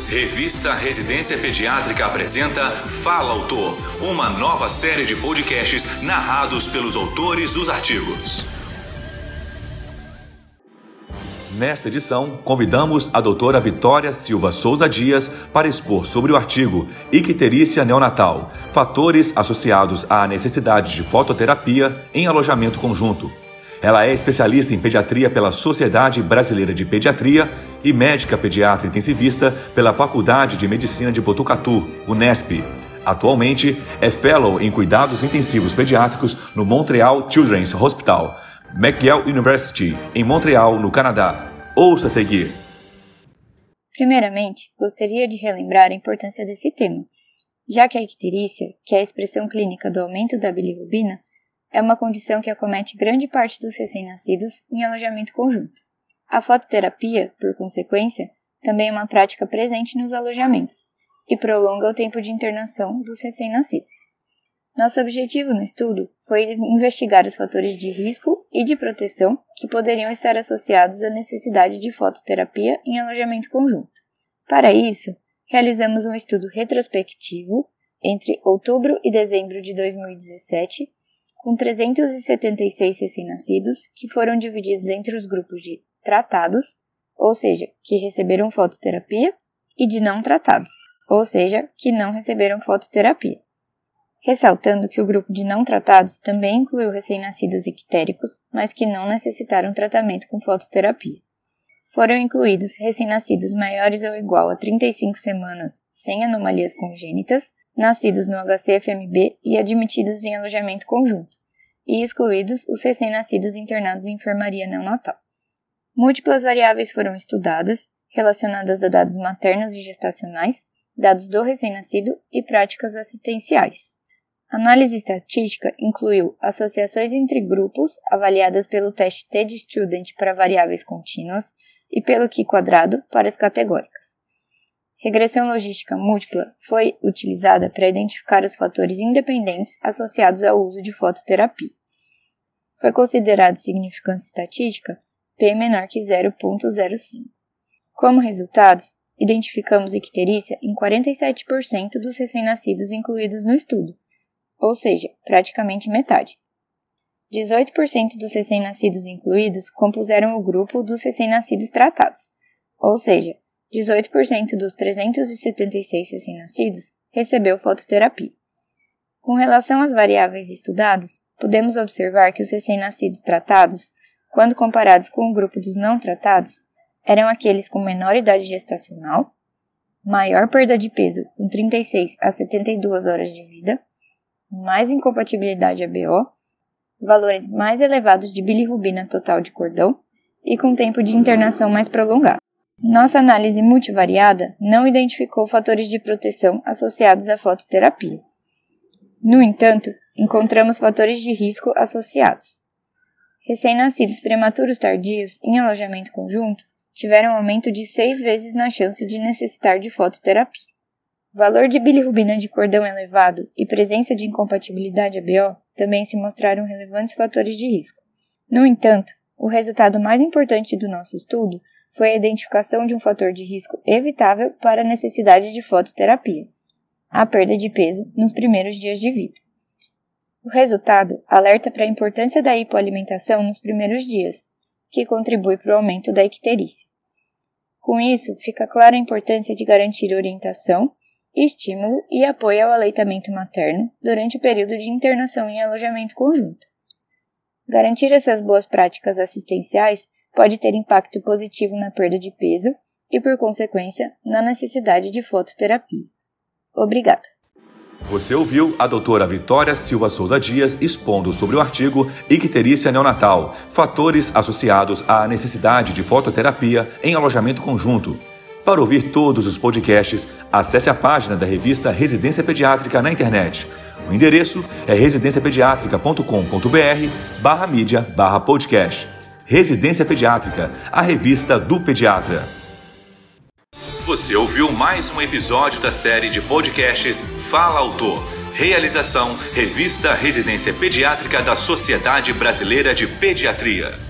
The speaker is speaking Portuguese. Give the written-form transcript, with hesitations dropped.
Revista Residência Pediátrica apresenta Fala Autor, uma nova série de podcasts narrados pelos autores dos artigos. Nesta edição, convidamos a doutora Vitória Silva Souza Dias para expor sobre o artigo Icterícia neonatal, fatores associados à necessidade de fototerapia em alojamento conjunto. Ela é especialista em pediatria pela Sociedade Brasileira de Pediatria e médica pediatra intensivista pela Faculdade de Medicina de Botucatu, Unesp. Atualmente, é fellow em cuidados intensivos pediátricos no Montreal Children's Hospital, McGill University, em Montreal, no Canadá. Ouça a seguir. Primeiramente, gostaria de relembrar a importância desse tema, já que a icterícia, que é a expressão clínica do aumento da bilirrubina, é uma condição que acomete grande parte dos recém-nascidos em alojamento conjunto. A fototerapia, por consequência, também é uma prática presente nos alojamentos e prolonga o tempo de internação dos recém-nascidos. Nosso objetivo no estudo foi investigar os fatores de risco e de proteção que poderiam estar associados à necessidade de fototerapia em alojamento conjunto. Para isso, realizamos um estudo retrospectivo entre outubro e dezembro de 2017, com 376 recém-nascidos que foram divididos entre os grupos de tratados, ou seja, que receberam fototerapia, e de não tratados, ou seja, que não receberam fototerapia. Ressaltando que o grupo de não tratados também incluiu recém-nascidos ictéricos, mas que não necessitaram tratamento com fototerapia. Foram incluídos recém-nascidos maiores ou igual a 35 semanas sem anomalias congênitas, nascidos no HCFMB e admitidos em alojamento conjunto, e excluídos os recém-nascidos internados em enfermaria neonatal. Múltiplas variáveis foram estudadas, relacionadas a dados maternos e gestacionais, dados do recém-nascido e práticas assistenciais. A análise estatística incluiu associações entre grupos avaliadas pelo teste T-de-Student para variáveis contínuas e pelo Q² para as categóricas. Regressão logística múltipla foi utilizada para identificar os fatores independentes associados ao uso de fototerapia. Foi considerado significância estatística P menor que 0,05. Como resultados, identificamos icterícia em 47% dos recém-nascidos incluídos no estudo, ou seja, praticamente metade. 18% dos recém-nascidos incluídos compuseram o grupo dos recém-nascidos tratados, ou seja, 18% dos 376 recém-nascidos recebeu fototerapia. Com relação às variáveis estudadas, podemos observar que os recém-nascidos tratados, quando comparados com o grupo dos não tratados, eram aqueles com menor idade gestacional, maior perda de peso com 36 a 72 horas de vida, mais incompatibilidade ABO, valores mais elevados de bilirrubina total de cordão e com tempo de internação mais prolongado. Nossa análise multivariada não identificou fatores de proteção associados à fototerapia. No entanto, encontramos fatores de risco associados. Recém-nascidos prematuros tardios em alojamento conjunto tiveram aumento de 6 vezes na chance de necessitar de fototerapia. Valor de bilirrubina de cordão elevado e presença de incompatibilidade ABO também se mostraram relevantes fatores de risco. No entanto, o resultado mais importante do nosso estudo foi a identificação de um fator de risco evitável para a necessidade de fototerapia, a perda de peso nos primeiros dias de vida. O resultado alerta para a importância da hipoalimentação nos primeiros dias, que contribui para o aumento da icterícia. Com isso, fica clara a importância de garantir orientação, estímulo e apoio ao aleitamento materno durante o período de internação em alojamento conjunto. Garantir essas boas práticas assistenciais pode ter impacto positivo na perda de peso e, por consequência, na necessidade de fototerapia. Obrigada. Você ouviu a doutora Vitória Silva Souza Dias expondo sobre o artigo Icterícia neonatal, fatores associados à necessidade de fototerapia em alojamento conjunto. Para ouvir todos os podcasts, acesse a página da revista Residência Pediátrica na internet. O endereço é residenciapediatrica.com.br/mídia/podcast. Residência Pediátrica, a revista do pediatra. Você ouviu mais um episódio da série de podcasts Fala Autor. Realização, Revista Residência Pediátrica da Sociedade Brasileira de Pediatria.